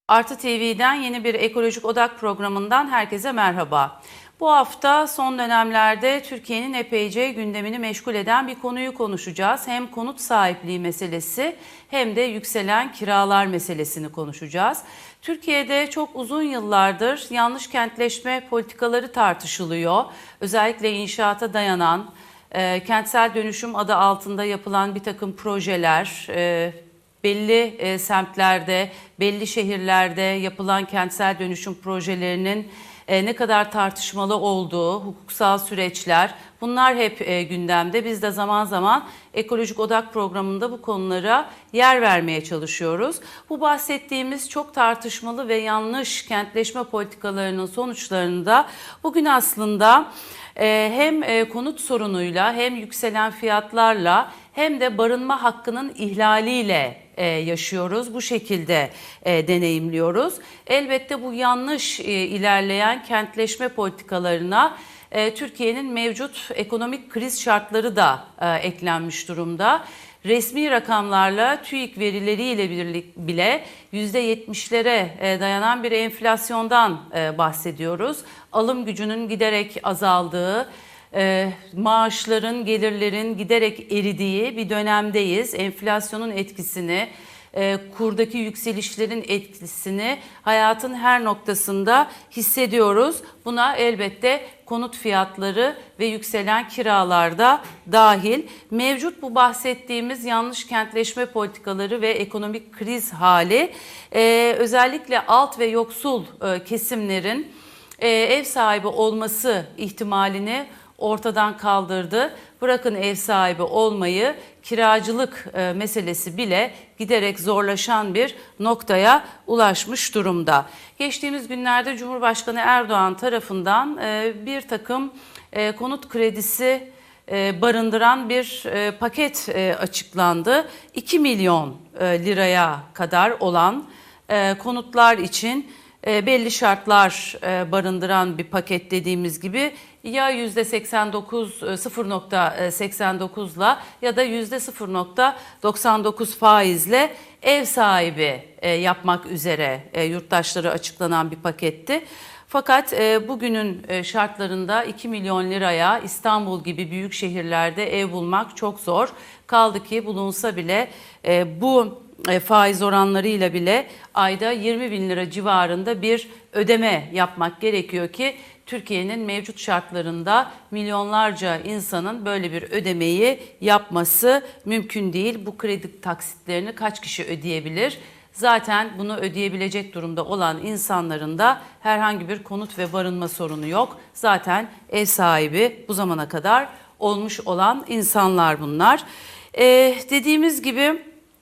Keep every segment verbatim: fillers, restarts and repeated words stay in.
Artı T V'den yeni bir Ekolojik Odak programından herkese merhaba. Bu hafta son dönemlerde Türkiye'nin epeyce gündemini meşgul eden bir konuyu konuşacağız. Hem konut sahipliği meselesi hem de yükselen kiralar meselesini konuşacağız. Türkiye'de çok uzun yıllardır yanlış kentleşme politikaları tartışılıyor. Özellikle inşaata dayanan, e, kentsel dönüşüm adı altında yapılan bir takım projeler, e, belli e, semtlerde, belli şehirlerde yapılan kentsel dönüşüm projelerinin e, ne kadar tartışmalı olduğu, hukuksal süreçler, bunlar hep e, gündemde. Biz de zaman zaman Ekolojik Odak programında bu konulara yer vermeye çalışıyoruz. Bu bahsettiğimiz çok tartışmalı ve yanlış kentleşme politikalarının sonuçlarını da bugün aslında e, hem e, konut sorunuyla hem yükselen fiyatlarla hem de barınma hakkının ihlaliyle e, yaşıyoruz. Bu şekilde e, deneyimliyoruz. Elbette bu yanlış e, ilerleyen kentleşme politikalarına e, Türkiye'nin mevcut ekonomik kriz şartları da e, eklenmiş durumda. Resmi rakamlarla TÜİK verileriyle bile yüzde yetmişlere dayanan bir enflasyondan e, bahsediyoruz. Alım gücünün giderek azaldığı, E, maaşların, gelirlerin giderek eridiği bir dönemdeyiz. Enflasyonun etkisini, e, kurdaki yükselişlerin etkisini hayatın her noktasında hissediyoruz. Buna elbette konut fiyatları ve yükselen kiralar da dahil. Mevcut bu bahsettiğimiz yanlış kentleşme politikaları ve ekonomik kriz hali e, özellikle alt ve yoksul e, kesimlerin e, ev sahibi olması ihtimalini ortadan kaldırdı. Bırakın ev sahibi olmayı, kiracılık e, meselesi bile giderek zorlaşan bir noktaya ulaşmış durumda. Geçtiğimiz günlerde Cumhurbaşkanı Erdoğan tarafından e, bir takım e, konut kredisi e, barındıran bir e, paket e, açıklandı. iki milyon e, liraya kadar olan e, konutlar için e, belli şartlar e, barındıran bir paket dediğimiz gibi ya yüzde seksen dokuz sıfır nokta seksen dokuzla ya da yüzde sıfır nokta doksan dokuz faizle ev sahibi e, yapmak üzere e, yurttaşlara açıklanan bir paketti. Fakat e, bugünün e, şartlarında iki milyon liraya İstanbul gibi büyük şehirlerde ev bulmak çok zor. Kaldı ki bulunsa bile e, bu e, faiz oranlarıyla bile ayda yirmi bin lira civarında bir ödeme yapmak gerekiyor ki Türkiye'nin mevcut şartlarında milyonlarca insanın böyle bir ödemeyi yapması mümkün değil. Bu kredi taksitlerini kaç kişi ödeyebilir? Zaten bunu ödeyebilecek durumda olan insanların da herhangi bir konut ve barınma sorunu yok. Zaten ev sahibi bu zamana kadar olmuş olan insanlar bunlar. Ee, dediğimiz gibi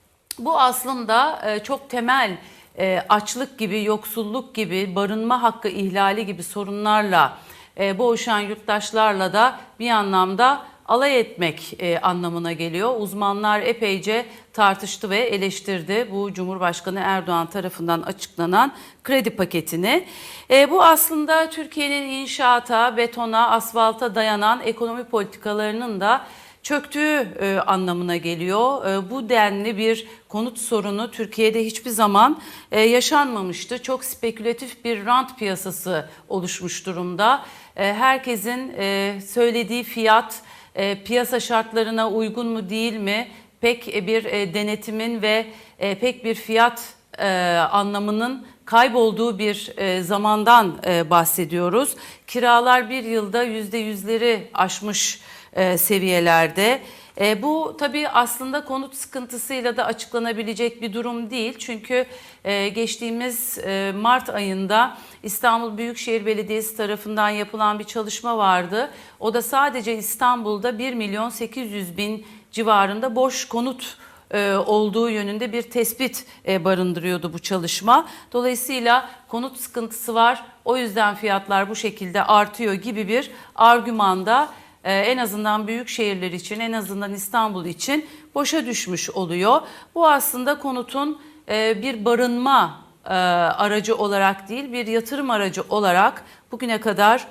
bu aslında e, çok temel e, açlık gibi, yoksulluk gibi, barınma hakkı ihlali gibi sorunlarla e, boğuşan yurttaşlarla da bir anlamda alay etmek e, anlamına geliyor. Uzmanlar epeyce tartıştı ve eleştirdi bu Cumhurbaşkanı Erdoğan tarafından açıklanan kredi paketini. E, bu aslında Türkiye'nin inşaata, betona, asfalta dayanan ekonomi politikalarının da çöktüğü e, anlamına geliyor. E, bu denli bir konut sorunu Türkiye'de hiçbir zaman e, yaşanmamıştı. Çok spekülatif bir rant piyasası oluşmuş durumda. E, herkesin e, söylediği fiyat e, piyasa şartlarına uygun mu değil mi? Pek bir e, denetimin ve e, pek bir fiyat e, anlamının kaybolduğu bir e, zamandan e, bahsediyoruz. Kiralar bir yılda yüzde yüzleri aşmış E, seviyelerde. E, bu tabii aslında konut sıkıntısıyla da açıklanabilecek bir durum değil. Çünkü e, geçtiğimiz e, Mart ayında İstanbul Büyükşehir Belediyesi tarafından yapılan bir çalışma vardı. O da sadece İstanbul'da bir milyon sekiz yüz bin civarında boş konut e, olduğu yönünde bir tespit e, barındırıyordu bu çalışma. Dolayısıyla konut sıkıntısı var. O yüzden fiyatlar bu şekilde artıyor gibi bir argümanda en azından büyük şehirler için, en azından İstanbul için boşa düşmüş oluyor. Bu aslında konutun bir barınma aracı olarak değil, bir yatırım aracı olarak bugüne kadar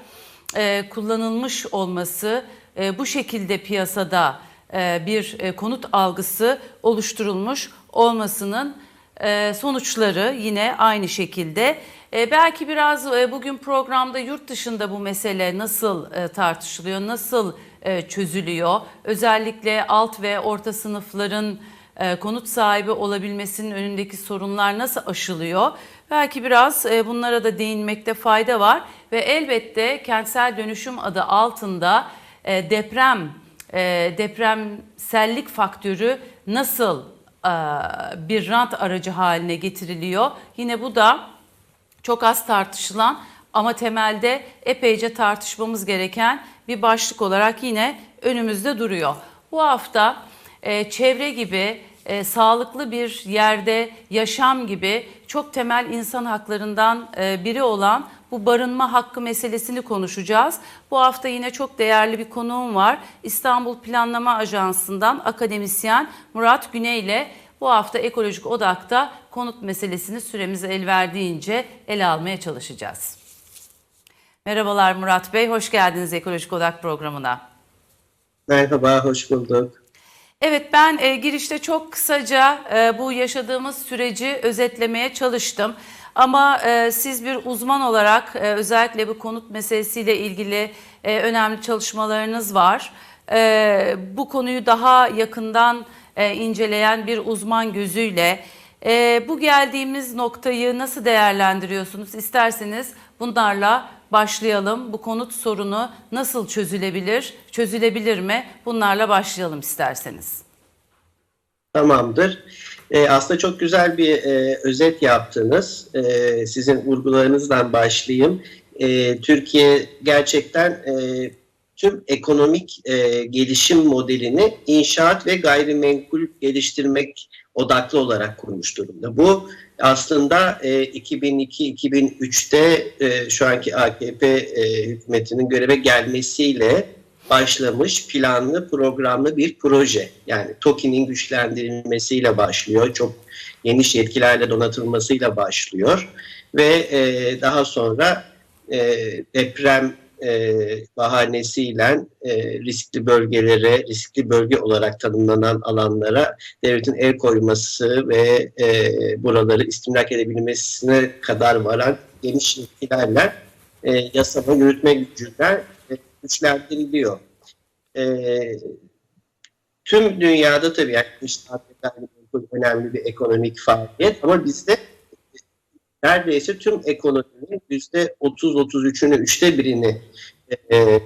kullanılmış olması, bu şekilde piyasada bir konut algısı oluşturulmuş olmasının e, sonuçları yine aynı şekilde. E, belki biraz e, bugün programda yurt dışında bu mesele nasıl e, tartışılıyor, nasıl e, çözülüyor? Özellikle alt ve orta sınıfların e, konut sahibi olabilmesinin önündeki sorunlar nasıl aşılıyor? Belki biraz e, bunlara da değinmekte fayda var ve elbette kentsel dönüşüm adı altında e, deprem, e, depremsellik faktörü nasıl e, bir rant aracı haline getiriliyor? Yine bu da çok az tartışılan ama temelde epeyce tartışmamız gereken bir başlık olarak yine önümüzde duruyor. Bu hafta e, çevre gibi, e, sağlıklı bir yerde yaşam gibi çok temel insan haklarından e, biri olan bu barınma hakkı meselesini konuşacağız. Bu hafta yine çok değerli bir konuğum var. İstanbul Planlama Ajansı'ndan akademisyen Murat Güney ile bu hafta Ekolojik Odak'ta konut meselesini süremiz el verdiğince ele almaya çalışacağız. Merhabalar Murat Bey, hoş geldiniz Ekolojik Odak programına. Merhaba, hoş bulduk. Evet, ben e, girişte çok kısaca e, bu yaşadığımız süreci özetlemeye çalıştım. Ama e, siz bir uzman olarak e, özellikle bu konut meselesiyle ilgili e, önemli çalışmalarınız var. E, bu konuyu daha yakından e, inceleyen bir uzman gözüyle e, bu geldiğimiz noktayı nasıl değerlendiriyorsunuz? İsterseniz bunlarla başlayalım. Bu konut sorunu nasıl çözülebilir, çözülebilir mi? Bunlarla başlayalım isterseniz. Tamamdır. Ee, aslında çok güzel bir e, özet yaptınız. E, sizin vurgularınızdan başlayayım. E, Türkiye gerçekten e, tüm ekonomik e, gelişim modelini inşaat ve gayrimenkul geliştirmek odaklı olarak kurmuş durumda. Bu aslında e, iki bin iki iki bin üçte e, şu anki A K P e, hükümetinin göreve gelmesiyle başlamış planlı programlı bir proje. Yani TOKİ'nin güçlendirilmesiyle başlıyor. Çok geniş yetkilerle donatılmasıyla başlıyor. Ve e, daha sonra e, deprem e, bahanesiyle e, riskli bölgelere, riskli bölge olarak tanımlanan alanlara devletin el koyması ve e, buraları istimlak edebilmesine kadar varan geniş yetkilerle e, yasama yürütme gücüyle e, güçlendiriliyor. E, tüm dünyada tabii yani inşaat önemli bir ekonomik faaliyet ama bizde neredeyse tüm ekonominin yüzde otuz otuz üçünü, üçte birini e, e,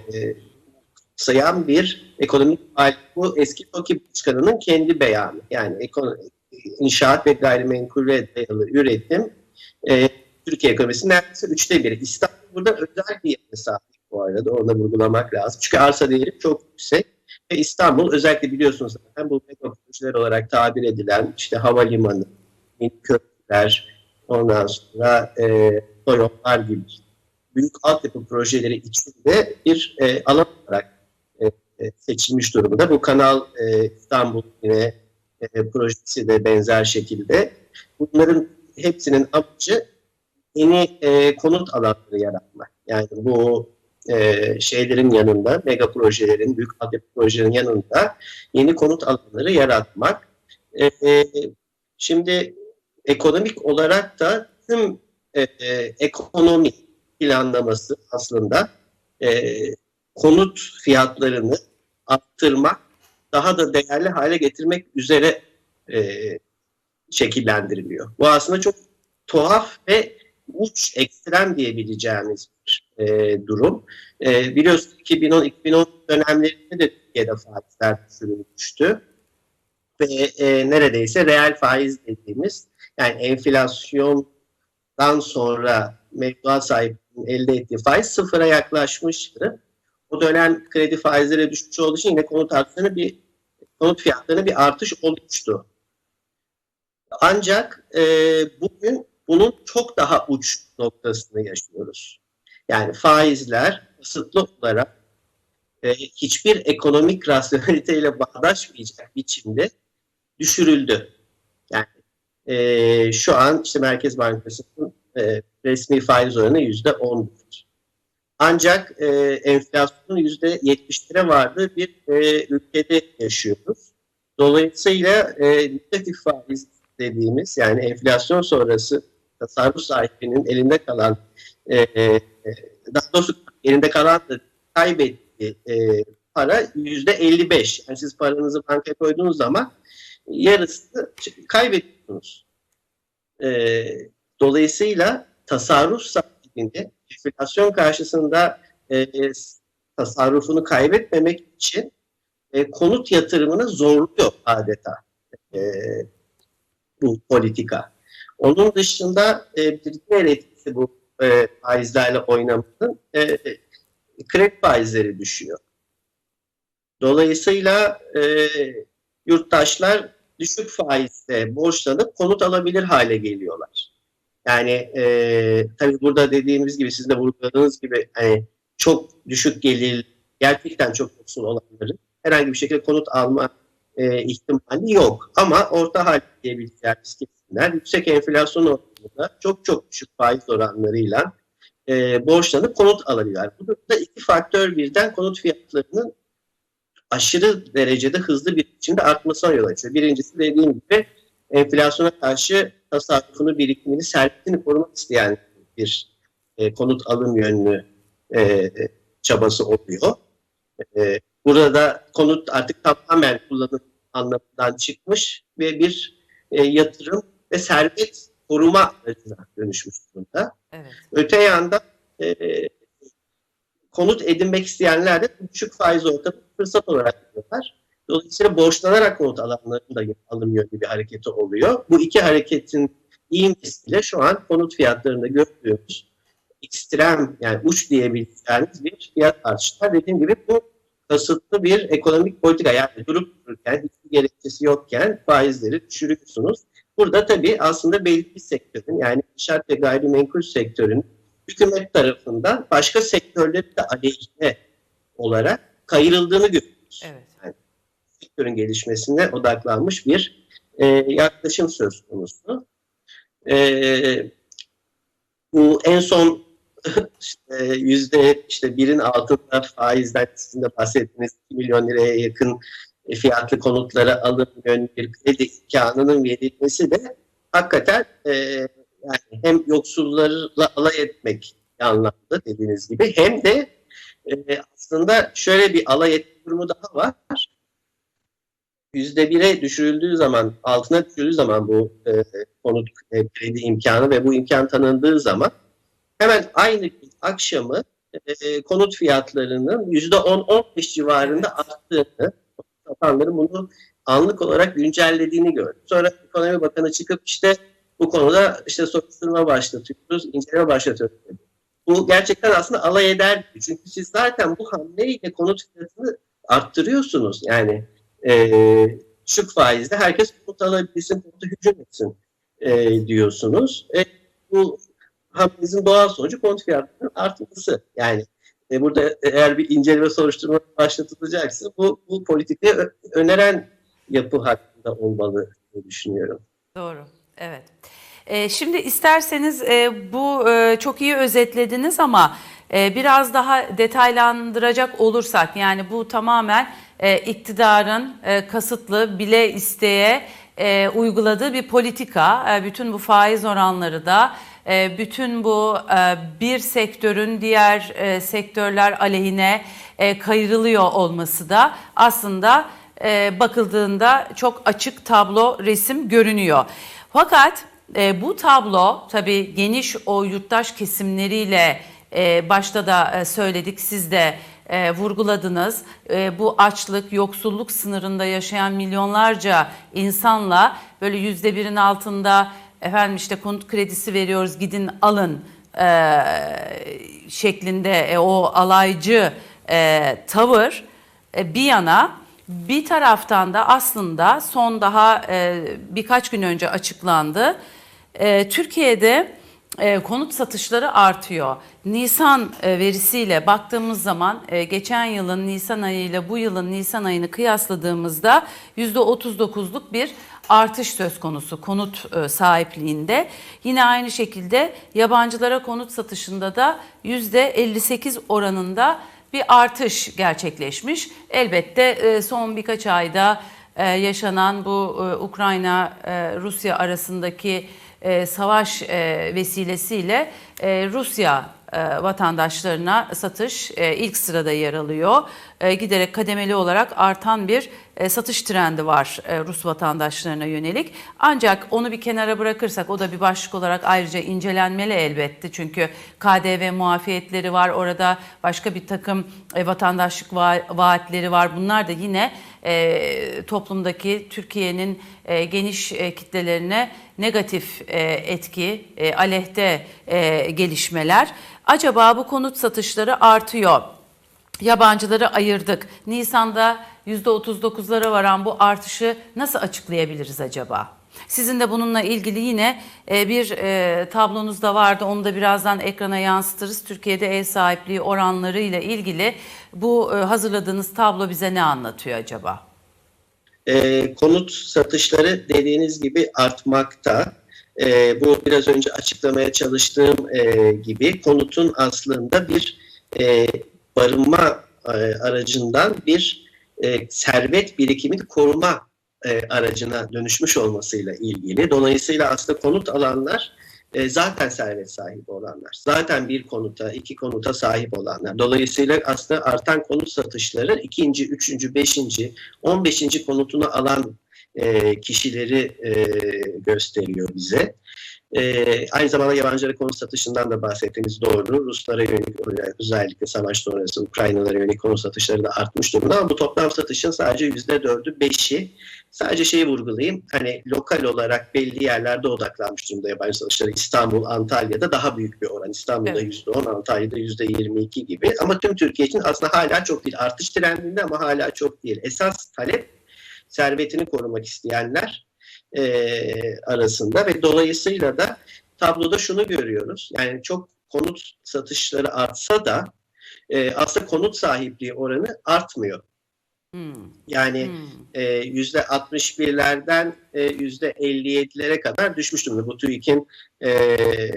sayan bir ekonomik faaliyet. Bu eski TOKİ Başkanı'nın kendi beyanı. Yani ekonomi, inşaat ve gayrimenkule dayalı üretim e, Türkiye ekonomisinin neredeyse üçte biri. İstanbul burada özel bir yere sahip bu arada. Orada vurgulamak lazım. Çünkü arsa değeri çok yüksek. Ve İstanbul özellikle biliyorsunuz zaten bu metropolisler olarak tabir edilen işte havalimanı, köprüler, ondan sonra e, otoyollar gibi büyük altyapı projeleri içinde bir e, alan olarak e, seçilmiş durumda. Bu Kanal e, İstanbul yine e, projesi de benzer şekilde. Bunların hepsinin amacı yeni e, konut alanları yaratmak. Yani bu e, şeylerin yanında, mega projelerin, büyük altyapı projelerin yanında yeni konut alanları yaratmak. E, e, şimdi ekonomik olarak da tüm e, e, ekonomi planlaması aslında e, konut fiyatlarını arttırmak, daha da değerli hale getirmek üzere e, şekillendiriliyor. Bu aslında çok tuhaf ve uç, ekstrem diyebileceğimiz bir e, durum. E, biliyorsunuz iki bin on iki bin on dönemlerinde de Türkiye'de faizler düşürülmüştü. Ve e, neredeyse reel faiz dediğimiz, yani enflasyondan sonra mevduat sahibinin elde ettiği faiz sıfıra yaklaşmıştı. O dönem kredi faizleri düşmüş olduğu için yine konut artışlarına bir konut fiyatlarına bir artış olmuştu. Ancak e, bugün bunun çok daha uç noktasını yaşıyoruz. Yani faizler kısıtlı olarak e, hiçbir ekonomik rasyoneliteyle bağdaşmayacak biçimde düşürüldü. Yani e, şu an işte Merkez Bankası'nın e, resmi faiz oranı yüzde on. Ancak e, enflasyonun yüzde yetmişlere vardığı bir e, ülkede yaşıyoruz. Dolayısıyla e, negatif faiz dediğimiz, yani enflasyon sonrası tasarruf sahibinin elinde kalan e, e, daha doğrusu elinde kalan da kaybettiği e, para yüzde elli beş. Yani siz paranızı bankaya koyduğunuz zaman yarısını kaybediyorsunuz. E, dolayısıyla tasarruf sahibini enflasyon karşısında e, tasarrufunu kaybetmemek için e, konut yatırımını zorluyor adeta e, bu politika. Onun dışında e, bir diğer etkisi bu e, faizlerle oynamanın e, kredi faizleri düşüyor. Dolayısıyla e, yurttaşlar düşük faizle borçlanıp konut alabilir hale geliyorlar. Yani e, tabii burada dediğimiz gibi, sizin de vurguladığınız gibi hani çok düşük gelir, gerçekten çok yoksul olanların herhangi bir şekilde konut alma e, ihtimali yok. Ama orta halde diyebileceğimiz kesimler yüksek enflasyon oranında çok çok düşük faiz oranlarıyla e, borçlanıp konut alabilirler. Bu da iki faktör birden konut fiyatlarının aşırı derecede hızlı bir biçimde artmasına yol açıyor. Birincisi, dediğim gibi, enflasyona karşı tasarrufunu, birikimini, servetini korumak isteyen bir e, konut alım yönlü e, çabası oluyor. E, burada konut artık tamamen kullanım anlamından çıkmış ve bir e, yatırım ve servet koruma aracına dönüşmüş durumda. Evet. Öte yandan e, konut edinmek isteyenler de düşük faiz ortamı fırsat olarak görüyorlar. Dolayısıyla borçlanarak konut alanlarının da alım yönlü bir hareketi oluyor. Bu iki hareketin ivmesiyle şu an konut fiyatlarında gördüğümüz ekstrem, yani uç diyebileceğimiz bir fiyat artışlar. Dediğim gibi bu kasıtlı bir ekonomik politika. Yani durup dururken, hiçbir gerekçesi yokken faizleri düşürüyorsunuz. Burada tabii aslında belli bir sektörün, yani inşaat ve gayrimenkul sektörünün hükümet tarafından başka sektörleri de aleyhine olarak kayırıldığını görüyoruz. Evet. Yani sektörün gelişmesine odaklanmış bir e, yaklaşım söz konusu. E, bu en son işte, yüzde işte birin altında faizden, sizin de bahsettiğiniz iki milyon liraya yakın fiyatlı konutlara alım yönlü bir kredi imkanının verilmesi de hakikaten e, yani hem yoksullarla alay etmek anlamda dediğiniz gibi, hem de e, aslında şöyle bir alay etme durumu daha var. Yüzde bire düşürüldüğü zaman, altına düşürüldüğü zaman bu e, konut e, kredi imkanı ve bu imkan tanındığı zaman hemen aynı gün akşamı e, konut fiyatlarının yüzde on on beş civarında arttığını, satanların bunu anlık olarak güncellediğini gördük. Sonra Ekonomi Bakanı çıkıp işte bu konuda işte soruşturma başlatıyoruz, inceleme başlatıyoruz dedi. Bu gerçekten aslında alay eder. Çünkü siz zaten bu hamleyle konut fiyatını arttırıyorsunuz. Yani e, düşük faizle herkes konut alabilsin, konuta hücum etsin e, diyorsunuz. E, bu hamlenizin doğal sonucu konut fiyatlarının artması. Yani e, burada eğer bir inceleme soruşturma başlatılacaksa bu, bu politikayı öneren yapı hakkında olmalı diye düşünüyorum. Doğru, evet. Ee, şimdi isterseniz e, bu e, çok iyi özetlediniz ama e, biraz daha detaylandıracak olursak, yani bu tamamen e, iktidarın e, kasıtlı, bile isteye e, uyguladığı bir politika. E, bütün bu faiz oranları da, e, bütün bu e, bir sektörün diğer e, sektörler aleyhine e, kayırılıyor olması da aslında e, bakıldığında çok açık tablo, resim görünüyor. Fakat e, bu tablo tabii geniş o yurttaş kesimleriyle e, başta da e, söyledik, siz de e, vurguladınız. E, bu açlık, yoksulluk sınırında yaşayan milyonlarca insanla böyle yüzde birin altında efendim işte konut kredisi veriyoruz, gidin alın e, şeklinde e, o alaycı e, tavır e, bir yana, bir taraftan da aslında son daha e, birkaç gün önce açıklandı. E, Türkiye'de e, konut satışları artıyor. Nisan e, verisiyle baktığımız zaman e, geçen yılın Nisan ayı ile bu yılın Nisan ayını kıyasladığımızda yüzde otuz dokuzluk bir artış söz konusu konut e, sahipliğinde. Yine aynı şekilde yabancılara konut satışında da yüzde elli sekiz oranında bir artış gerçekleşmiş. Elbette son birkaç ayda e, yaşanan bu e, Ukrayna-Rusya arasındaki e, savaş e, vesilesiyle e, Rusya e, vatandaşlarına satış e, ilk sırada yer alıyor. E, giderek kademeli olarak artan bir e, satış trendi var e, Rus vatandaşlarına yönelik. Ancak onu bir kenara bırakırsak, o da bir başlık olarak ayrıca incelenmeli elbette. Çünkü K D V muafiyetleri var, orada başka bir takım e, vatandaşlık va- vaatleri var. Bunlar da yine e, toplumdaki Türkiye'nin e, geniş e, kitlelerine negatif e, etki, e, aleyhte e, gelişmeler. Acaba bu konut satışları artıyor. Yabancıları ayırdık. Nisan'da yüzde otuz dokuzlara varan bu artışı nasıl açıklayabiliriz acaba? Sizin de bununla ilgili yine bir tablonuz da vardı. Onu da birazdan ekrana yansıtırız. Türkiye'de ev sahipliği oranlarıyla ilgili bu hazırladığınız tablo bize ne anlatıyor acaba? E, konut satışları dediğiniz gibi artmakta. E, bu biraz önce açıklamaya çalıştığım e, gibi konutun aslında bir e, barınma e, aracından bir e, servet birikimini koruma e, aracına dönüşmüş olmasıyla ilgili. Dolayısıyla aslında konut alanlar e, zaten servet sahibi olanlar. Zaten bir konuta, iki konuta sahip olanlar. Dolayısıyla aslında artan konut satışları ikinci, üçüncü, beşinci, on beşinci konutunu alan e, kişileri e, gösteriyor bize. Ee, aynı zamanda yabancılara konut satışından da bahsettiğiniz doğru. Ruslara yönelik, özellikle savaş sonrası Ukraynalara yönelik konut satışları da artmış durumda ama bu toplam satışın sadece yüzde dördü beşi. Sadece şeyi vurgulayayım, hani lokal olarak belli yerlerde odaklanmış durumda yabancı satışları. İstanbul, Antalya'da daha büyük bir oran. İstanbul'da yüzde on, Antalya'da yüzde yirmi iki gibi. Ama tüm Türkiye için aslında hala çok değil. Artış trendinde ama hala çok değil. Esas talep servetini korumak isteyenler E, arasında ve dolayısıyla da tabloda şunu görüyoruz. Yani çok konut satışları artsa da e, aslında konut sahipliği oranı artmıyor. Hmm. Yani hmm. e, yüzde altmış birlerden e, yüzde elli yedilere kadar düşmüş durumda. Bu TÜİK'in e,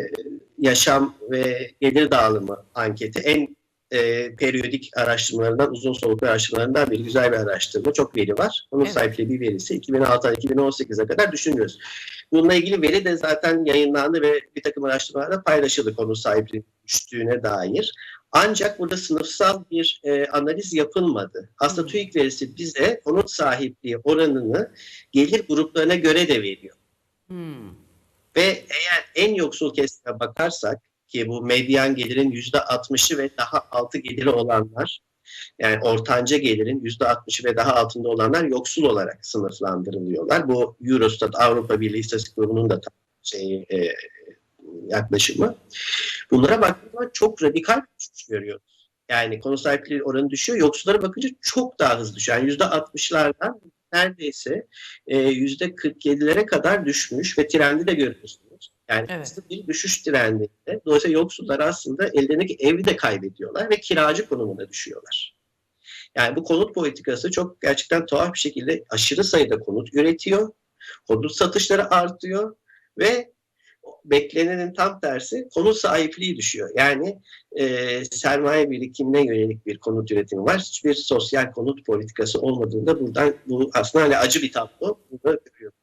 yaşam ve gelir dağılımı anketi en E, periyodik araştırmalarından, uzun soluklu araştırmalarından bir güzel bir araştırma. Çok veri var. Onun evet. sahipliği bir verisi iki bin altıdan iki bin on sekize kadar düşünüyoruz. Bununla ilgili veri de zaten yayınlandı ve bir takım araştırmalarda paylaşıldı konu sahipliği düştüğüne dair. Ancak burada sınıfsal bir e, analiz yapılmadı. Aslında hmm. TÜİK verisi bize konut sahipliği oranını gelir gruplarına göre de veriyor. Hmm. Ve eğer en yoksul kesime bakarsak, ki bu medyan gelirin yüzde altmışı ve daha altı geliri olanlar, yani ortanca gelirin yüzde altmışı ve daha altında olanlar yoksul olarak sınıflandırılıyorlar. Bu Eurostat, Avrupa Birliği İstatistik Kurumu'nun da şeyi, e, yaklaşımı. Bunlara baktığımda çok radikal bir düşüş görüyoruz. Yani konut sahipliği oranı düşüyor. Yoksullara bakınca çok daha hızlı düşüyor. Yani yüzde altmışlardan neredeyse e, yüzde kırk yedilere kadar düşmüş ve trendi de görüyorsunuz. Yani evet. bir düşüş trendinde. Dolayısıyla yoksullar aslında ellerindeki evi de kaybediyorlar ve kiracı konumuna düşüyorlar. Yani bu konut politikası çok gerçekten tuhaf bir şekilde aşırı sayıda konut üretiyor. Konut satışları artıyor ve beklenenin tam tersi konut sahipliği düşüyor. Yani e, sermaye birikimine yönelik bir konut üretimi var. Hiçbir sosyal konut politikası olmadığında buradan bu aslında hani acı bir tablo. Bunu görüyoruz.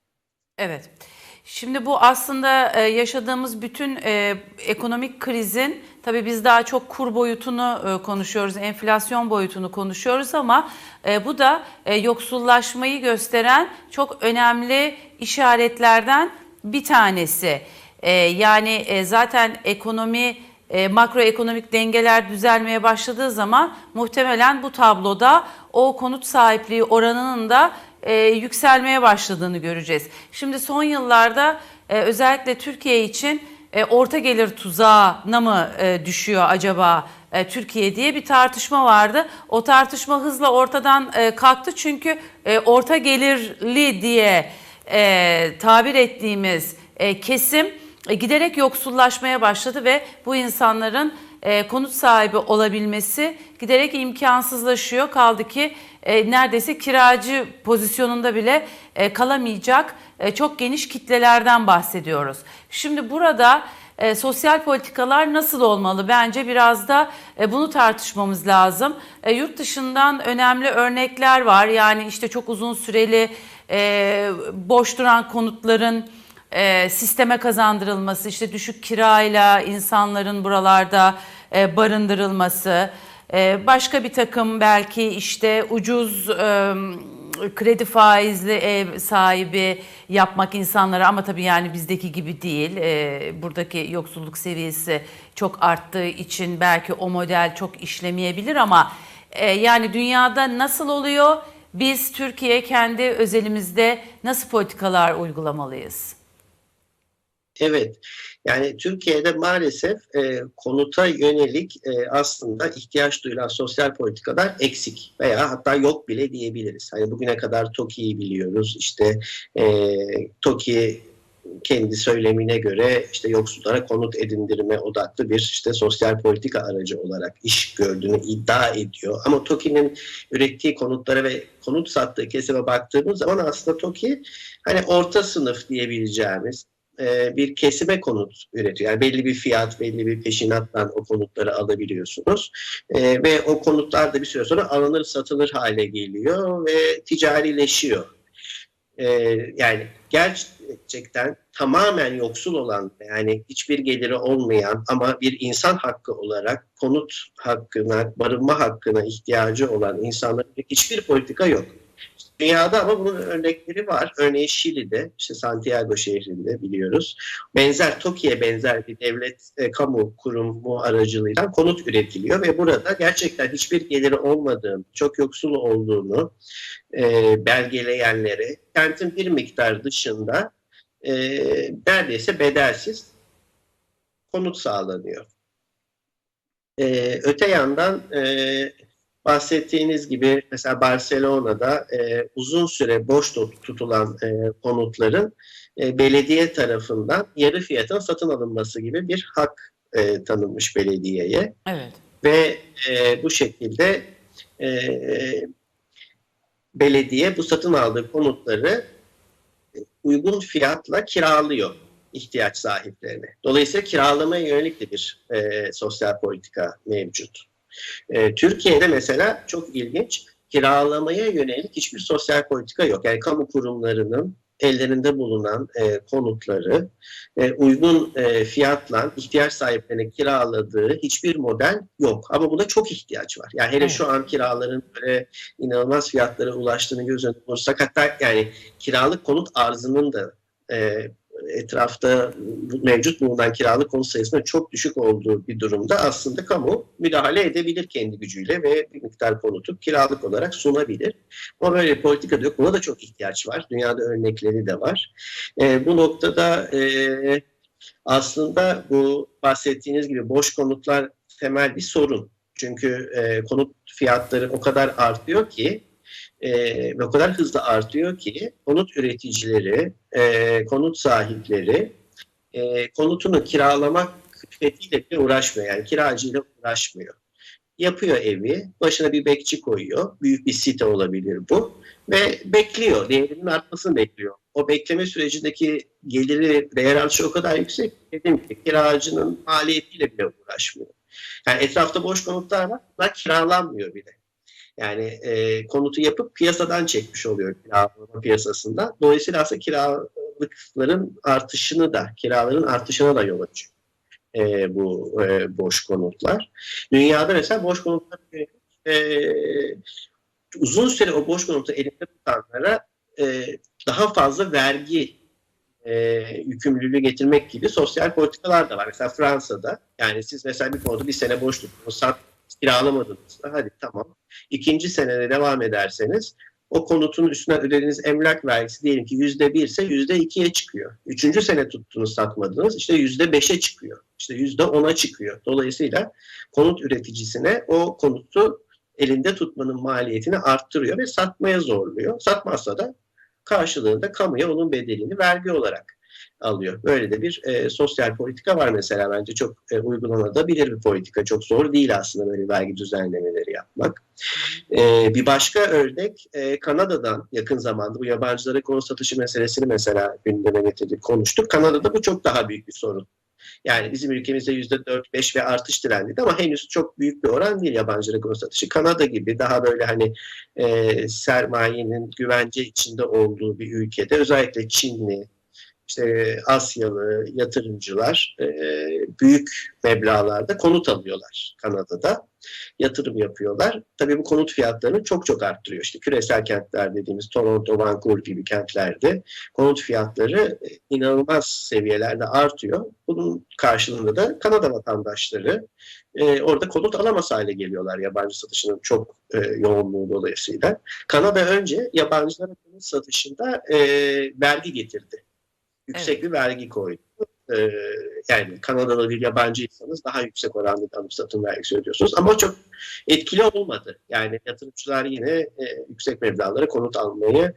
Evet. Şimdi bu aslında yaşadığımız bütün e, ekonomik krizin, tabii biz daha çok kur boyutunu e, konuşuyoruz, enflasyon boyutunu konuşuyoruz ama e, bu da e, yoksullaşmayı gösteren çok önemli işaretlerden bir tanesi. E, yani e, zaten ekonomi, e, makroekonomik dengeler düzelmeye başladığı zaman muhtemelen bu tabloda o konut sahipliği oranının da e, yükselmeye başladığını göreceğiz. Şimdi son yıllarda e, özellikle Türkiye için e, orta gelir tuzağına mı e, düşüyor acaba e, Türkiye diye bir tartışma vardı. O tartışma hızla ortadan e, kalktı çünkü e, orta gelirli diye e, tabir ettiğimiz e, kesim e, giderek yoksullaşmaya başladı ve bu insanların e, konut sahibi olabilmesi giderek imkansızlaşıyor. Kaldı ki e, neredeyse kiracı pozisyonunda bile e, kalamayacak e, çok geniş kitlelerden bahsediyoruz. Şimdi burada e, sosyal politikalar nasıl olmalı? Bence biraz da e, bunu tartışmamız lazım. E, yurt dışından önemli örnekler var. Yani işte çok uzun süreli e, boş duran konutların e, sisteme kazandırılması, işte düşük kirayla insanların buralarda e, barındırılması, e, başka bir takım belki işte ucuz e, kredi faizli ev sahibi yapmak insanlara, ama tabii yani bizdeki gibi değil. E, buradaki yoksulluk seviyesi çok arttığı için belki o model çok işlemeyebilir, ama e, yani dünyada nasıl oluyor? Biz Türkiye kendi özelimizde nasıl politikalar uygulamalıyız? Evet, yani Türkiye'de maalesef e, konuta yönelik e, aslında ihtiyaç duyulan sosyal politikalar eksik veya hatta yok bile diyebiliriz. Hani bugüne kadar TOKİ'yi biliyoruz. İşte e, TOKİ kendi söylemine göre işte yoksullara konut edindirme odaklı bir işte sosyal politika aracı olarak iş gördüğünü iddia ediyor. Ama TOKİ'nin ürettiği konutlara ve konut sattığı kesime baktığımız zaman aslında TOKİ hani orta sınıf diyebileceğimiz bir kesime konut üretiyor. Yani belli bir fiyat, belli bir peşinattan o konutları alabiliyorsunuz. E, ve o konutlar da bir süre sonra alınır satılır hale geliyor ve ticarileşiyor. E, yani gerçekten tamamen yoksul olan, yani hiçbir geliri olmayan ama bir insan hakkı olarak konut hakkına, barınma hakkına ihtiyacı olan insanların hiçbir politika yok. Dünyada ama bunun örnekleri var. Örneğin Şili'de, işte Santiago şehrinde biliyoruz. Benzer, TOKİ'ye benzer bir devlet e, kamu kurumu aracılığıyla konut üretiliyor ve burada gerçekten hiçbir geliri olmadığını, çok yoksul olduğunu e, belgeleyenlere kentin bir miktar dışında e, neredeyse bedelsiz konut sağlanıyor. E, öte yandan e, bahsettiğiniz gibi mesela Barcelona'da e, uzun süre boş tutulan e, konutların e, belediye tarafından yarı fiyatına satın alınması gibi bir hak e, tanınmış belediyeye. Evet. Ve e, bu şekilde e, belediye bu satın aldığı konutları uygun fiyatla kiralıyor ihtiyaç sahiplerine. Dolayısıyla kiralamaya yönelik de bir e, sosyal politika mevcut. E, Türkiye'de mesela çok ilginç, kiralamaya yönelik hiçbir sosyal politika yok. Yani kamu kurumlarının ellerinde bulunan e, konutları e, uygun e, fiyatla ihtiyaç sahiplerine kiraladığı hiçbir model yok. Ama buna çok ihtiyaç var. Yani hele evet. Şu an kiraların böyle inanılmaz fiyatlara ulaştığını göz önüne bulursak, hatta yani kiralık konut arzının da e, etrafta mevcut bulunan kiralık konut sayısının çok düşük olduğu bir durumda aslında kamu müdahale edebilir kendi gücüyle ve bir miktar konutu kiralık olarak sunabilir. Ama böyle bir politika da yok. Buna da çok ihtiyaç var. Dünyada örnekleri de var. E, bu noktada e, aslında bu bahsettiğiniz gibi boş konutlar temel bir sorun. Çünkü e, konut fiyatları o kadar artıyor ki E, ve o kadar hızlı artıyor ki konut üreticileri, e, konut sahipleri e, konutunu kiralamak külfetiyle bile uğraşmıyor. Yani kiracıyla uğraşmıyor. Yapıyor evi, başına bir bekçi koyuyor. Büyük bir site olabilir bu. Ve bekliyor, değerinin artmasını bekliyor. O bekleme sürecindeki geliri, değer artışı o kadar yüksek ki, dedim ki kiracının maliyetiyle bile uğraşmıyor. Yani etrafta boş konutlar var, bunlar kiralanmıyor bile. Yani e, konutu yapıp piyasadan çekmiş oluyor kiralama piyasasında. Dolayısıyla aslında kiralıkların artışını da, kiraların artışına da yol açıyor e, bu e, boş konutlar. Dünyada mesela boş konutlar e, uzun süre o boş konutu elinde tutanlara e, daha fazla vergi e, yükümlülüğü getirmek gibi sosyal politikalar da var. Mesela Fransa'da, yani siz mesela bir konutu bir sene boş tuttunuz, sat, kiralamadınız. Hadi tamam. İkinci senede devam ederseniz o konutun üstüne ödediğiniz emlak vergisi diyelim ki yüzde bir ise yüzde ikiye çıkıyor. Üçüncü sene tuttunuz, satmadınız, işte yüzde beşe çıkıyor. İşte yüzde ona çıkıyor. Dolayısıyla konut üreticisine o konutu elinde tutmanın maliyetini arttırıyor ve satmaya zorluyor. Satmazsa da karşılığında kamuya onun bedelini vergi olarak alıyor. Böyle de bir e, sosyal politika var mesela, bence çok e, uygulanabilir bir politika. Çok zor değil aslında böyle vergi düzenlemeleri yapmak. E, bir başka örnek e, Kanada'dan yakın zamanda bu yabancılara konut satışı meselesini mesela gündeme getirdik, konuştuk. Kanada'da bu çok daha büyük bir sorun. Yani bizim ülkemizde yüzde dört beş ve artış trendiydi ama henüz çok büyük bir oran değil yabancılara konut satışı. Kanada gibi daha böyle hani e, sermayenin güvence içinde olduğu bir ülkede özellikle Çinli, işte Asyalı yatırımcılar e, büyük meblağlarda konut alıyorlar Kanada'da. Yatırım yapıyorlar. Tabii bu konut fiyatlarını çok çok arttırıyor. İşte küresel kentler dediğimiz Toronto, Vancouver gibi kentlerde konut fiyatları inanılmaz seviyelerde artıyor. Bunun karşılığında da Kanada vatandaşları e, orada konut alamaz hale geliyorlar yabancı satışının çok e, yoğunluğu dolayısıyla. Kanada önce yabancılara konut satışında e, vergi getirdi. Yüksek Evet. bir vergi koydu. Ee, yani Kanadalı bir yabancıysanız daha yüksek oranda alım satım vergisi ödüyorsunuz. Ama çok etkili olmadı. Yani yatırımcılar yine e, yüksek meblağlara konut almayı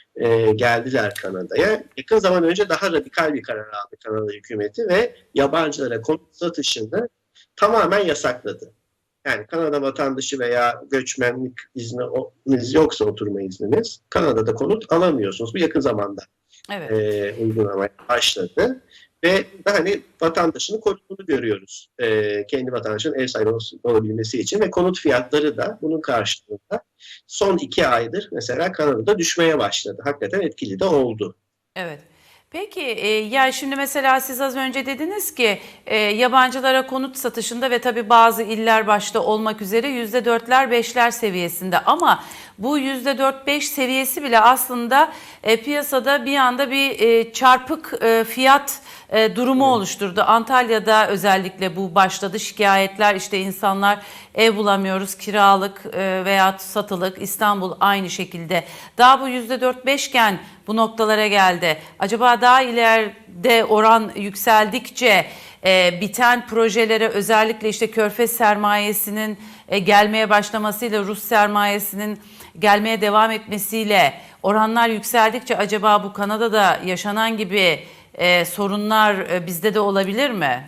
e, geldiler Kanada'ya. Yakın zaman önce daha radikal bir karar aldı Kanada hükümeti ve yabancılara konut satışını tamamen yasakladı. Yani Kanada vatandaşı veya göçmenlik izniniz yoksa oturma izniniz Kanada'da konut alamıyorsunuz. Bu yakın zamanda Evet. e, uygulamaya başladı. Ve hani vatandaşını koruduğunu görüyoruz. E, kendi vatandaşının ev sahibi olabilmesi için ve konut fiyatları da bunun karşılığında son iki aydır mesela Kanada'da düşmeye başladı. Hakikaten etkili de oldu. Evet. Peki, e, ya şimdi mesela siz az önce dediniz ki e, yabancılara konut satışında ve tabii bazı iller başta olmak üzere yüzde dörtler beşler seviyesinde, ama bu yüzde dört beş seviyesi bile aslında e, piyasada bir anda bir e, çarpık e, fiyat e, durumu Evet. oluşturdu. Antalya'da özellikle bu başladı, şikayetler, işte insanlar ev bulamıyoruz, kiralık e, veya satılık. İstanbul aynı şekilde. Daha bu yüzde dört beşken bu noktalara geldi. Acaba daha ileride oran yükseldikçe e, biten projelere, özellikle işte Körfez sermayesinin e, gelmeye başlamasıyla, Rus sermayesinin gelmeye devam etmesiyle, oranlar yükseldikçe acaba bu Kanada'da yaşanan gibi e, sorunlar e, bizde de olabilir mi?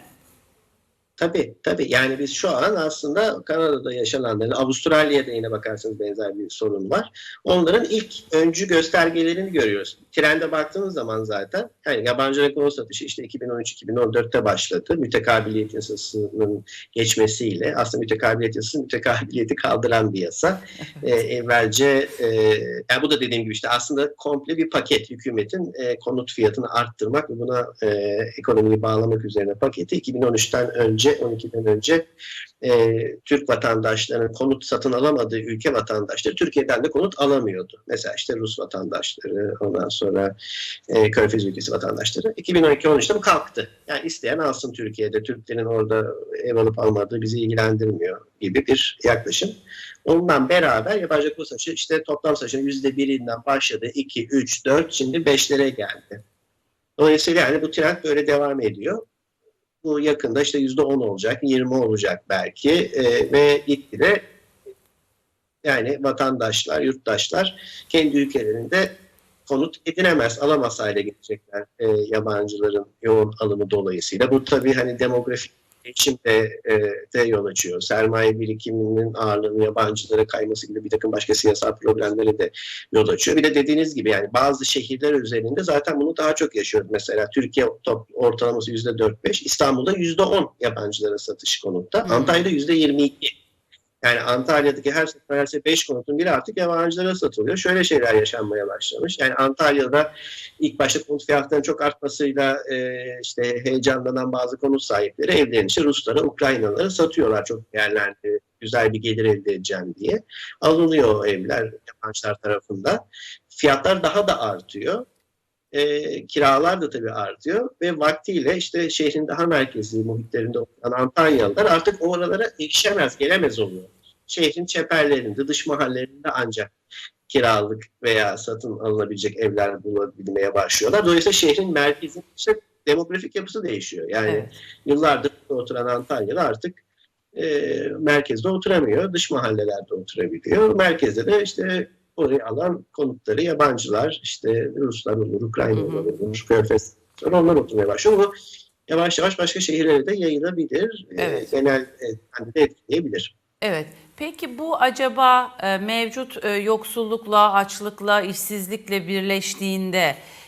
Tabii tabii yani biz şu an aslında Kanada'da yaşananların, Avustralya'da yine bakarsanız benzer bir sorun var. Onların ilk öncü göstergelerini görüyoruz. Trende baktığınız zaman zaten yani yabancı rekor satışı işte iki bin on üç iki bin on dörtte başladı. Mütekabiliyet yasasının geçmesiyle, aslında mütekabiliyet yasası mütekabiliyeti kaldıran bir yasa. Ee, evvelce e, yani bu da dediğim gibi işte aslında komple bir paket, hükümetin e, konut fiyatını arttırmak ve buna e, ekonomiyi bağlamak üzerine paketi iki bin on üçten önce on ikiden önce e, Türk vatandaşlarının konut satın alamadığı ülke vatandaşları Türkiye'den de konut alamıyordu. Mesela işte Rus vatandaşları, ondan sonra e, Körfez ülkesi vatandaşları. iki bin on iki on üçte bu kalktı. Yani isteyen alsın Türkiye'de. Türklerin orada ev alıp almadığı bizi ilgilendirmiyor gibi bir yaklaşım. Ondan beraber yabancı konut satışı işte toplam satışın yüzde birinden başladı. iki, üç, dört, şimdi beşlere geldi. Dolayısıyla yani bu trend böyle devam ediyor. Bu yakında işte yüzde on olacak, yirmi olacak belki e, ve gitgide yani vatandaşlar, yurttaşlar kendi ülkelerinde konut edinemez, alamaz hale gelecekler e, yabancıların yoğun alımı dolayısıyla. Bu tabii hani demografik değişim de, e, de yol açıyor. Sermaye birikiminin ağırlığının yabancılara kayması gibi bir takım başka siyasal problemleri de yol açıyor. Bir de dediğiniz gibi yani bazı şehirler üzerinde zaten bunu daha çok yaşıyoruz. Mesela Türkiye top, ortalaması yüzde dört beş, İstanbul'da yüzde on yabancılara satış konutta, Hmm. Antalya'da yüzde yirmi iki. Yani Antalya'daki her seferse beş konutun biri artık yabancılara satılıyor. Şöyle şeyler yaşanmaya başlamış. Yani Antalya'da ilk başta konut fiyatlarının çok artmasıyla e, işte heyecanlanan bazı konut sahipleri evlerini işte Ruslara, Ukraynalılara satıyorlar. Çok değerlendi, güzel bir gelir elde edeceğim diye. Alınıyor o evler yabancılar tarafından. Fiyatlar daha da artıyor. E, kiralar da tabii artıyor ve vaktiyle işte şehrin daha merkezi muhitlerinde oturan Antalyalılar artık oralara erişemez, gelemez oluyor. Şehrin çeperlerinde, dış mahallelerinde ancak kiralık veya satın alınabilecek evler bulabilmeye başlıyorlar. Dolayısıyla şehrin merkezinde işte demografik yapısı değişiyor. Yani Evet. yıllardır oturan Antalyalı artık e, merkezde oturamıyor, dış mahallelerde oturabiliyor. Merkezde de işte orayı alan konutları yabancılar, işte Ruslar olur, Ukraynalılar olur, Körfez, onlar oturmaya başlıyor. Bu yavaş yavaş başka şehirlere de yayılabilir, Evet. e, genel e, de etkileyebilir. Evet. Peki bu acaba e, mevcut e, yoksullukla, açlıkla, işsizlikle birleştiğinde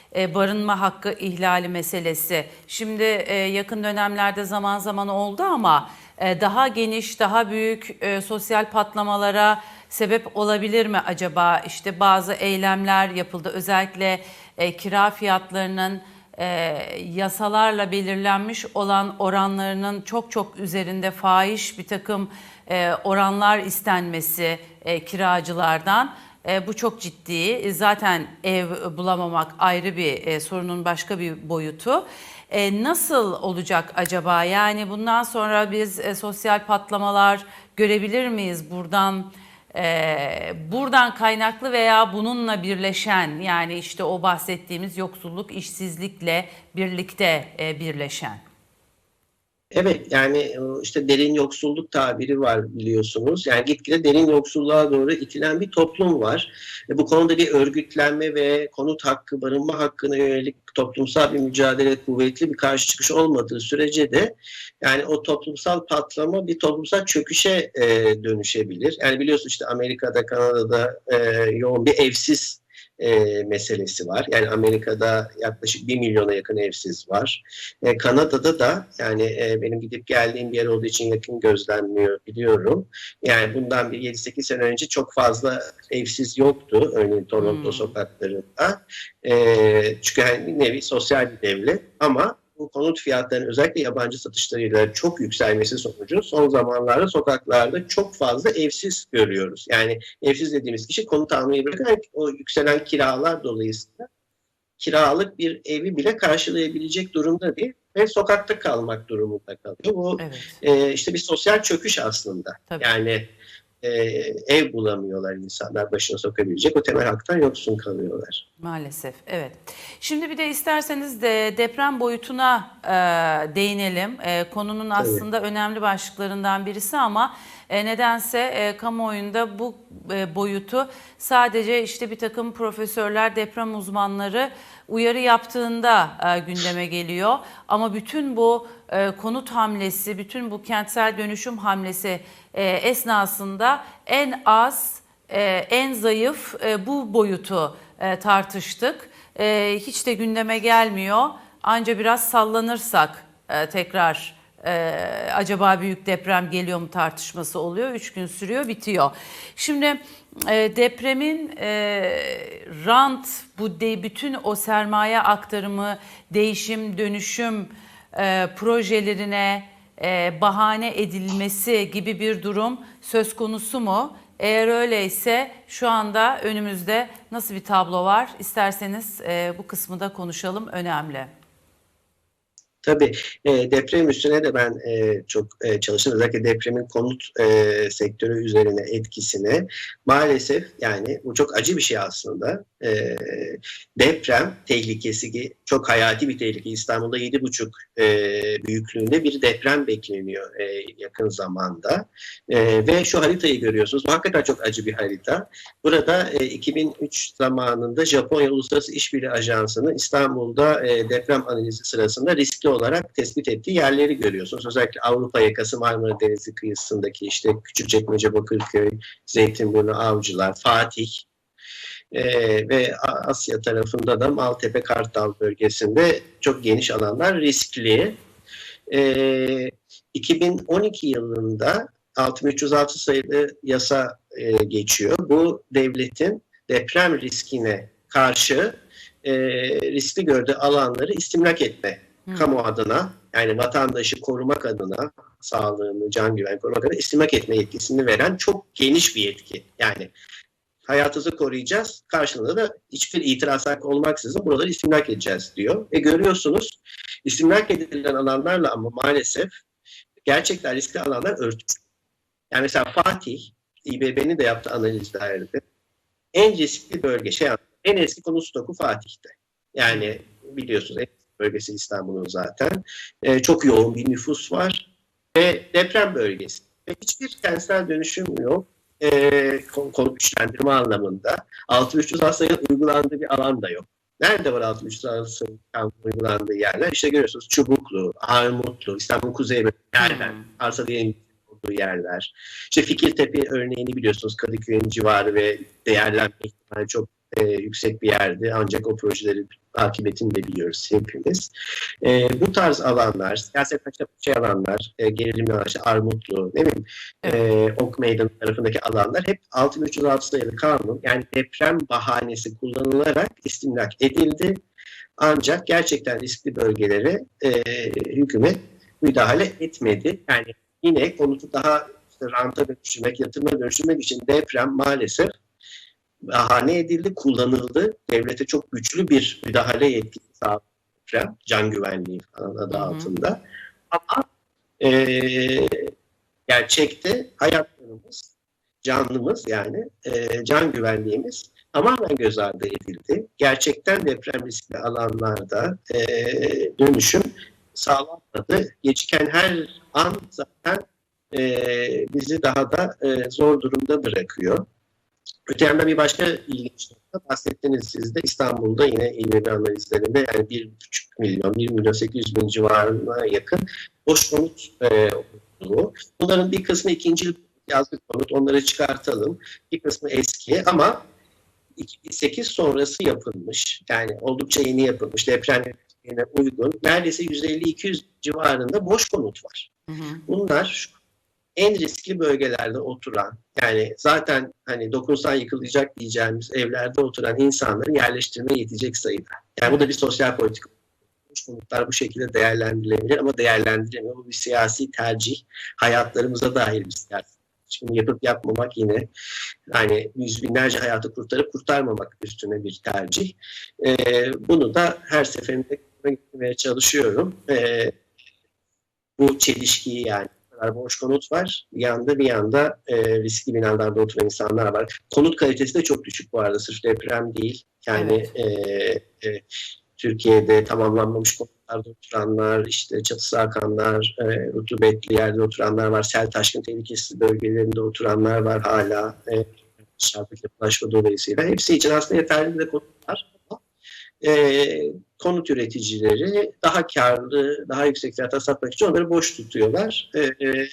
e, barınma hakkı ihlali meselesi. Şimdi e, yakın dönemlerde zaman zaman oldu ama e, daha geniş, daha büyük e, sosyal patlamalara sebep olabilir mi acaba? İşte bazı eylemler yapıldı. Özellikle e, kira fiyatlarının e, yasalarla belirlenmiş olan oranlarının çok çok üzerinde fahiş bir takım e, oranlar istenmesi e, kiracılardan. E, bu çok ciddi. E, zaten ev bulamamak ayrı bir e, sorunun başka bir boyutu. E, nasıl olacak acaba? Yani bundan sonra biz e, sosyal patlamalar görebilir miyiz buradan? Ee, buradan kaynaklı veya bununla birleşen, yani işte o bahsettiğimiz yoksulluk, işsizlikle birlikte e, birleşen. Evet, yani o işte derin yoksulluk tabiri var biliyorsunuz. Yani gitgide derin yoksulluğa doğru itilen bir toplum var. E, bu konuda bir örgütlenme ve konut hakkı, barınma hakkına yönelik toplumsal bir mücadele, kuvvetli bir karşı çıkış olmadığı sürece de yani o toplumsal patlama bir toplumsal çöküşe e, dönüşebilir. Yani biliyorsunuz işte Amerika'da, Kanada'da e, yoğun bir evsiz e, meselesi var. Yani Amerika'da yaklaşık bir milyona yakın evsiz var. E, Kanada'da da yani e, benim gidip geldiğim bir yer olduğu için yakın gözlemliyor biliyorum. Yani bundan bir yedi sekiz sene önce çok fazla evsiz yoktu. Örneğin Toronto Hmm. sokaklarında. E, çünkü yani bir nevi sosyal bir devlet ama bu konut fiyatlarının özellikle yabancı satışlarıyla çok yükselmesi sonucu son zamanlarda sokaklarda çok fazla evsiz görüyoruz. Yani evsiz dediğimiz kişi konut almayı bırakın, o yükselen kiralar dolayısıyla kiralık bir evi bile karşılayabilecek durumda değil ve sokakta kalmak durumunda kalıyor. Bu Evet. e, işte bir sosyal çöküş aslında. Tabii. Yani e, ev bulamıyorlar insanlar, başına sokabilecek, o temel haktan yoksun kalıyorlar. Maalesef, evet. Şimdi bir de isterseniz de deprem boyutuna e, değinelim. E, konunun Tabii. aslında önemli başlıklarından birisi ama e, nedense e, kamuoyunda bu e, boyutu sadece işte bir takım profesörler, deprem uzmanları uyarı yaptığında e, gündeme geliyor. Ama bütün bu e, konut hamlesi, bütün bu kentsel dönüşüm hamlesi e, esnasında en az, e, en zayıf e, bu boyutu e, tartıştık. E, hiç de gündeme gelmiyor. Anca biraz sallanırsak e, tekrar e, acaba büyük deprem geliyor mu tartışması oluyor. Üç gün sürüyor, bitiyor. Şimdi e, depremin e, rant, bu de, bütün o sermaye aktarımı, değişim, dönüşüm e, projelerine e, bahane edilmesi gibi bir durum söz konusu mu? Eğer öyleyse şu anda önümüzde nasıl bir tablo var? İsterseniz e, bu kısmı da konuşalım, önemli. Tabii e, deprem üstüne de ben e, çok e, çalıştım. Özellikle depremin konut e, sektörü üzerine etkisine. Maalesef yani bu çok acı bir şey aslında. E, deprem tehlikesi çok hayati bir tehlike. İstanbul'da yedi buçuk e, büyüklüğünde bir deprem bekleniyor e, yakın zamanda. E, ve şu haritayı görüyorsunuz. Bu hakikaten çok acı bir harita. Burada e, iki bin üç zamanında Japonya Uluslararası İşbirliği Ajansı'nın İstanbul'da e, deprem analizi sırasında riskli olarak tespit ettiği yerleri görüyorsunuz. Özellikle Avrupa yakası, Marmara Denizi kıyısındaki işte Küçükçekmece, Bakırköy, Zeytinburnu, Avcılar, Fatih e, ve Asya tarafında da Maltepe, Kartal bölgesinde çok geniş alanlar riskli. E, iki bin on iki yılında altı bin üç yüz altı sayılı yasa e, geçiyor. Bu devletin deprem riskine karşı e, riskli gördüğü alanları istimlak etme, hmm. kamu adına, yani vatandaşı korumak adına, sağlığını, can güven korumak adına istimlak etme yetkisini veren çok geniş bir yetki. Yani hayatınızı koruyacağız, karşılığında da hiçbir itiraz hakkı olmaksızın buraları istimlak edeceğiz diyor. Ve görüyorsunuz istimlak edilen alanlarla ama maalesef gerçekten riskli alanlar örtüşüyor. Yani mesela Fatih, İ B B'nin de yaptığı analizlerde en riskli bölge, şey en eski konut stoku Fatih'te. Yani biliyorsunuz en eski bölgesi İstanbul'un zaten. Ee, çok yoğun bir nüfus var ve deprem bölgesi. Ve hiçbir kentsel dönüşüm yok. Ee, konut güçlendirme anlamında. altı bin üç yüz altı sayının uygulandığı bir alan da yok. Nerede var altı bin üç yüz altı sayının uygulandığı yerler? İşte görüyorsunuz Çubuklu, Armutlu, İstanbul Kuzey yerler, hmm. arsa değerinin olduğu yerler. İşte Fikirtepe örneğini biliyorsunuz, Kadıköy'ün civarı ve değerlenme ihtimali çok e, yüksek bir yerdi. Ancak o projelerin akıbetini de biliyoruz hepimiz. E, bu tarz alanlar, siyaset paşa alanlar, e, gerilimli alanlar, işte Armutlu, ne bileyim, e, Ok Meydanı tarafındaki alanlar hep altı bin üç yüz altı sayılı kanun, yani deprem bahanesi kullanılarak istimlak edildi. Ancak gerçekten riskli bölgelere e, hükümet müdahale etmedi. Yani yine konutu daha işte ranta dönüştürmek, yatırıma dönüştürmek için deprem maalesef bahane edildi, kullanıldı. Devlete çok güçlü bir müdahale yetkisi sağladı deprem, can güvenliği falan adı altında. Ama e, gerçekte hayatlarımız, canlımız yani e, can güvenliğimiz tamamen göz ardı edildi. Gerçekten deprem riskli alanlarda e, dönüşüm sağlanmadı. Geciken her an zaten e, bizi daha da e, zor durumda bırakıyor. Öte yandan bir başka ilginç nokta, bahsettiniz siz de, İstanbul'da yine İBB analizlerinde yani bir buçuk milyon, bir milyon sekiz yüz bin civarına yakın boş konut e, olduğu. Bunların bir kısmı ikinci yazlık konut, onları çıkartalım. Bir kısmı eski ama iki bin sekiz sonrası yapılmış. Yani oldukça yeni yapılmış. Depremlerine uygun. Neredeyse yüz elli iki yüz civarında boş konut var. Hı hı. Bunlar en riskli bölgelerde oturan, yani zaten hani dokunsan yıkılacak diyeceğimiz evlerde oturan insanları yerleştirmeye yetecek sayıda. Yani bu da bir sosyal politika. Konutlar bu şekilde değerlendirilebilir ama değerlendirilemiyor. Bu bir siyasi tercih. Hayatlarımıza dair bir siyasi. Şimdi yapıp yapmamak yine yani yüz binlerce hayatı kurtarıp kurtarmamak üstüne bir tercih. Ee, bunu da her seferinde gitmeye çalışıyorum. Ee, bu çelişkiyi yani. Boş konut var. Bir yanda bir yanda e, riskli binalarda oturan insanlar var. Konut kalitesi de çok düşük bu arada. Sırf deprem değil. Yani evet. e, e, Türkiye'de tamamlanmamış konutlarda oturanlar, işte çatısı akanlar, e, rutubetli yerde oturanlar var. Sel taşkın tehlikesi bölgelerinde oturanlar var hala. E, dışarıdaki yapılaşma dolayısıyla. Hepsi için aslında yeterli de konut var. E, konut üreticileri daha karlı, daha yüksek fiyata satmak için onları boş tutuyorlar. E, e,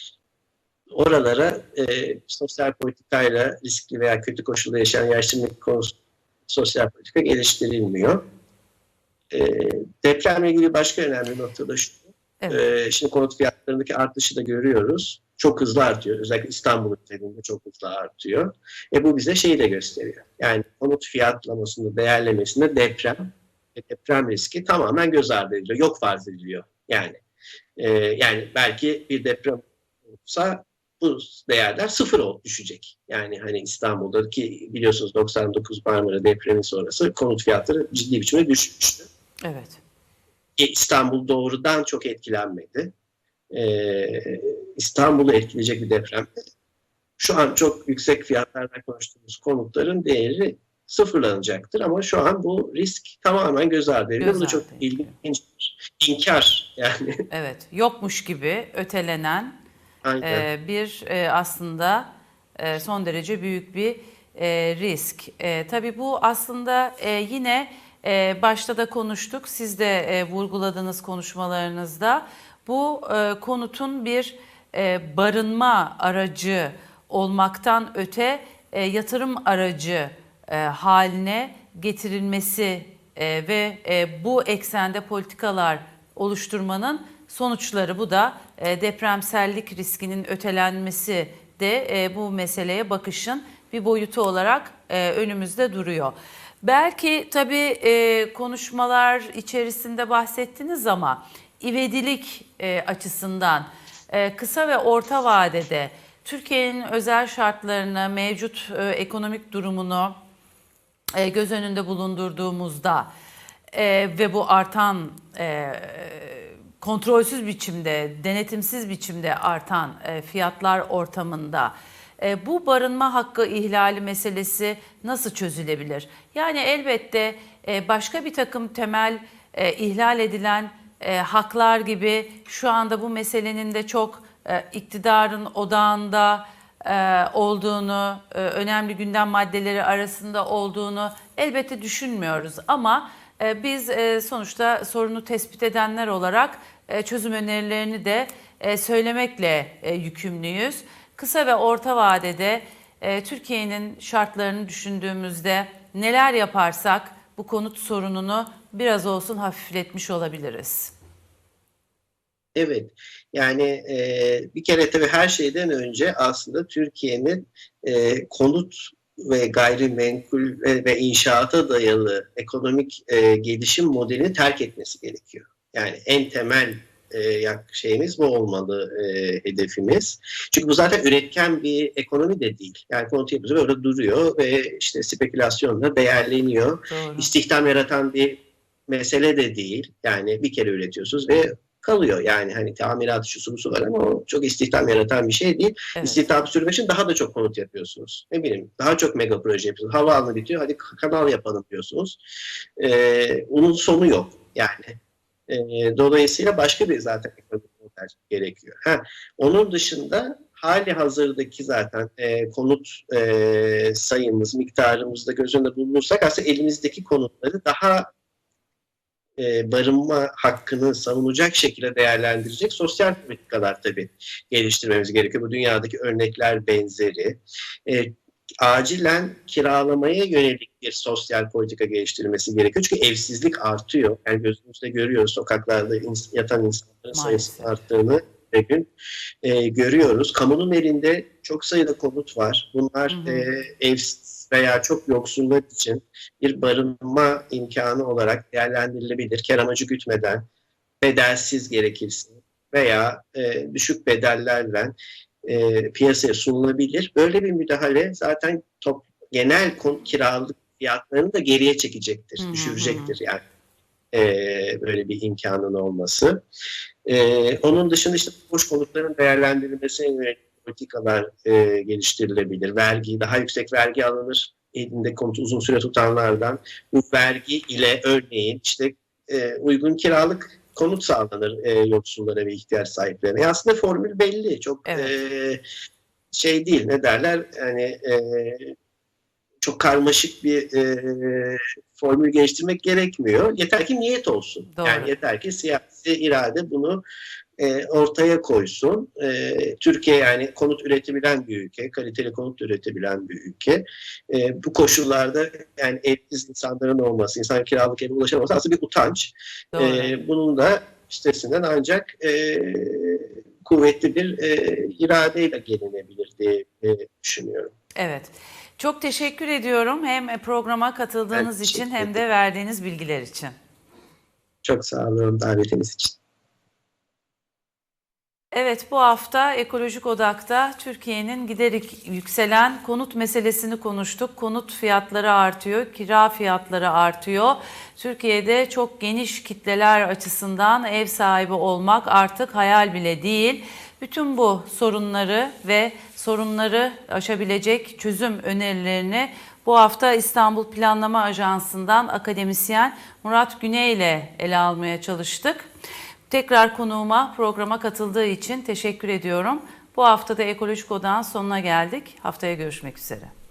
oralara e, sosyal politikayla riskli veya kötü koşulda yaşayan yaşlılık konusu sosyal politika geliştirilmiyor. E, depremle ilgili başka önemli nokta da şu. Evet. E, şimdi konut fiyatlarındaki artışı da görüyoruz. Çok hızlı artıyor. Özellikle İstanbul üzerinde çok hızlı artıyor. E bu bize şeyi de gösteriyor. Yani konut fiyatlamasında, değerlemesinde deprem ve deprem riski tamamen göz ardı ediliyor. Yok farz ediliyor. Yani e, yani belki bir deprem olursa bu değerler sıfır olup düşecek. Yani hani İstanbul'daki biliyorsunuz doksan dokuz Marmara depremi sonrası konut fiyatları ciddi biçimde düşmüştü. Evet. E, İstanbul doğrudan çok etkilenmedi. Ee, İstanbul'u etkileyecek bir deprem. Şu an çok yüksek fiyatlardan konuştuğumuz konutların değeri sıfırlanacaktır ama şu an bu risk tamamen göz ardı ediliyor. Bu da çok ilginç bir inkar yani. Evet, yokmuş gibi ötelenen e, bir e, aslında e, son derece büyük bir e, risk. E, tabii bu aslında e, yine e, başta da konuştuk, siz de e, vurguladınız konuşmalarınızda. Bu e, konutun bir e, barınma aracı olmaktan öte e, yatırım aracı e, haline getirilmesi e, ve e, bu eksende politikalar oluşturmanın sonuçları. Bu da e, depremsellik riskinin ötelenmesi de e, bu meseleye bakışın bir boyutu olarak e, önümüzde duruyor. Belki tabii e, konuşmalar içerisinde bahsettiniz ama ivedilik e, açısından e, kısa ve orta vadede Türkiye'nin özel şartlarını, mevcut e, ekonomik durumunu e, göz önünde bulundurduğumuzda e, ve bu artan e, kontrolsüz biçimde, denetimsiz biçimde artan e, fiyatlar ortamında e, bu barınma hakkı ihlali meselesi nasıl çözülebilir? Yani elbette e, başka bir takım temel e, ihlal edilen E, haklar gibi şu anda bu meselenin de çok e, iktidarın odağında e, olduğunu, e, önemli gündem maddeleri arasında olduğunu elbette düşünmüyoruz. Ama e, biz e, sonuçta sorunu tespit edenler olarak e, çözüm önerilerini de e, söylemekle e, yükümlüyüz. Kısa ve orta vadede e, Türkiye'nin şartlarını düşündüğümüzde neler yaparsak bu konut sorununu biraz olsun hafifletmiş olabiliriz? Evet, yani e, bir kere tabii her şeyden önce aslında Türkiye'nin e, konut ve gayrimenkul ve, ve inşaata dayalı ekonomik e, gelişim modelini terk etmesi gerekiyor. Yani en temel e, şeyimiz bu olmalı, e, hedefimiz. Çünkü bu zaten üretken bir ekonomi de değil. Yani konut yapısı böyle duruyor ve işte spekülasyonla değerleniyor. Doğru. İstihdam yaratan bir mesele de değil. Yani bir kere üretiyorsunuz ve kalıyor. Yani hani tamirat şu su var ama o çok istihdam yaratan bir şey değil. Evet. İstihdam sürmek için daha da çok konut yapıyorsunuz. Ne bileyim daha çok mega proje yapıyorsunuz. Havaalanı bitiyor hadi kanal yapalım diyorsunuz. Ee, onun sonu yok yani. Ee, dolayısıyla başka bir zaten ekonomik model gerekiyor. Ha, onun dışında hali hazırdaki zaten e, konut e, sayımız, miktarımızı da göz önünde bulunursak aslında elimizdeki konutları daha e, barınma hakkını savunacak şekilde değerlendirecek sosyal politikalar tabii geliştirmemiz gerekiyor. Bu dünyadaki örnekler benzeri. E, acilen kiralamaya yönelik bir sosyal politika geliştirilmesi gerekiyor. Çünkü evsizlik artıyor. Yani gözümüzde görüyoruz sokaklarda yatan insanların sayısının arttığını bir gün e, görüyoruz. Kamunun elinde çok sayıda konut var. Bunlar hı hı. E, evsiz veya çok yoksullar için bir barınma imkanı olarak değerlendirilebilir. Kar amacı gütmeden, bedelsiz gerekirse veya e, düşük bedellerle e, piyasaya sunulabilir. Böyle bir müdahale zaten top, genel kiralık fiyatlarını da geriye çekecektir, hı hı. düşürecektir yani. E, böyle bir imkanın olması. E, onun dışında işte boş konutların değerlendirilmesine yönelik politikalar e, geliştirilebilir. Vergi, daha yüksek vergi alınır. Elinde konut uzun süre tutanlardan. Bu vergi ile örneğin işte e, uygun kiralık konut sağlanır e, yoksullara ve ihtiyaç sahiplerine. E, aslında formül belli. Çok evet. e, şey değil ne derler hani e, çok karmaşık bir e, formül geliştirmek gerekmiyor. Yeter ki niyet olsun. Doğru. Yani yeter ki siyasi irade bunu e, ortaya koysun. E, Türkiye yani konut üretebilen bir ülke, kaliteli konut üretebilen bir ülke. E, bu koşullarda yani evsiz insanların olması, insan kiralık eve ulaşamaması aslında bir utanç. E, bunun da üstesinden ancak e, kuvvetli bir e, iradeyle gelinebilir diye e, düşünüyorum. Evet. Çok teşekkür ediyorum hem programa katıldığınız evet, için hem de verdiğiniz bilgiler için. Çok sağ olun davetiniz için. Evet, bu hafta Ekolojik Odak'ta Türkiye'nin giderek yükselen konut meselesini konuştuk. Konut fiyatları artıyor, kira fiyatları artıyor. Türkiye'de çok geniş kitleler açısından ev sahibi olmak artık hayal bile değil. Bütün bu sorunları ve sorunları aşabilecek çözüm önerilerini bu hafta İstanbul Planlama Ajansı'ndan akademisyen Murat Güney ile ele almaya çalıştık. Tekrar konuğuma programa katıldığı için teşekkür ediyorum. Bu hafta da Ekolojik Odak'ın sonuna geldik. Haftaya görüşmek üzere.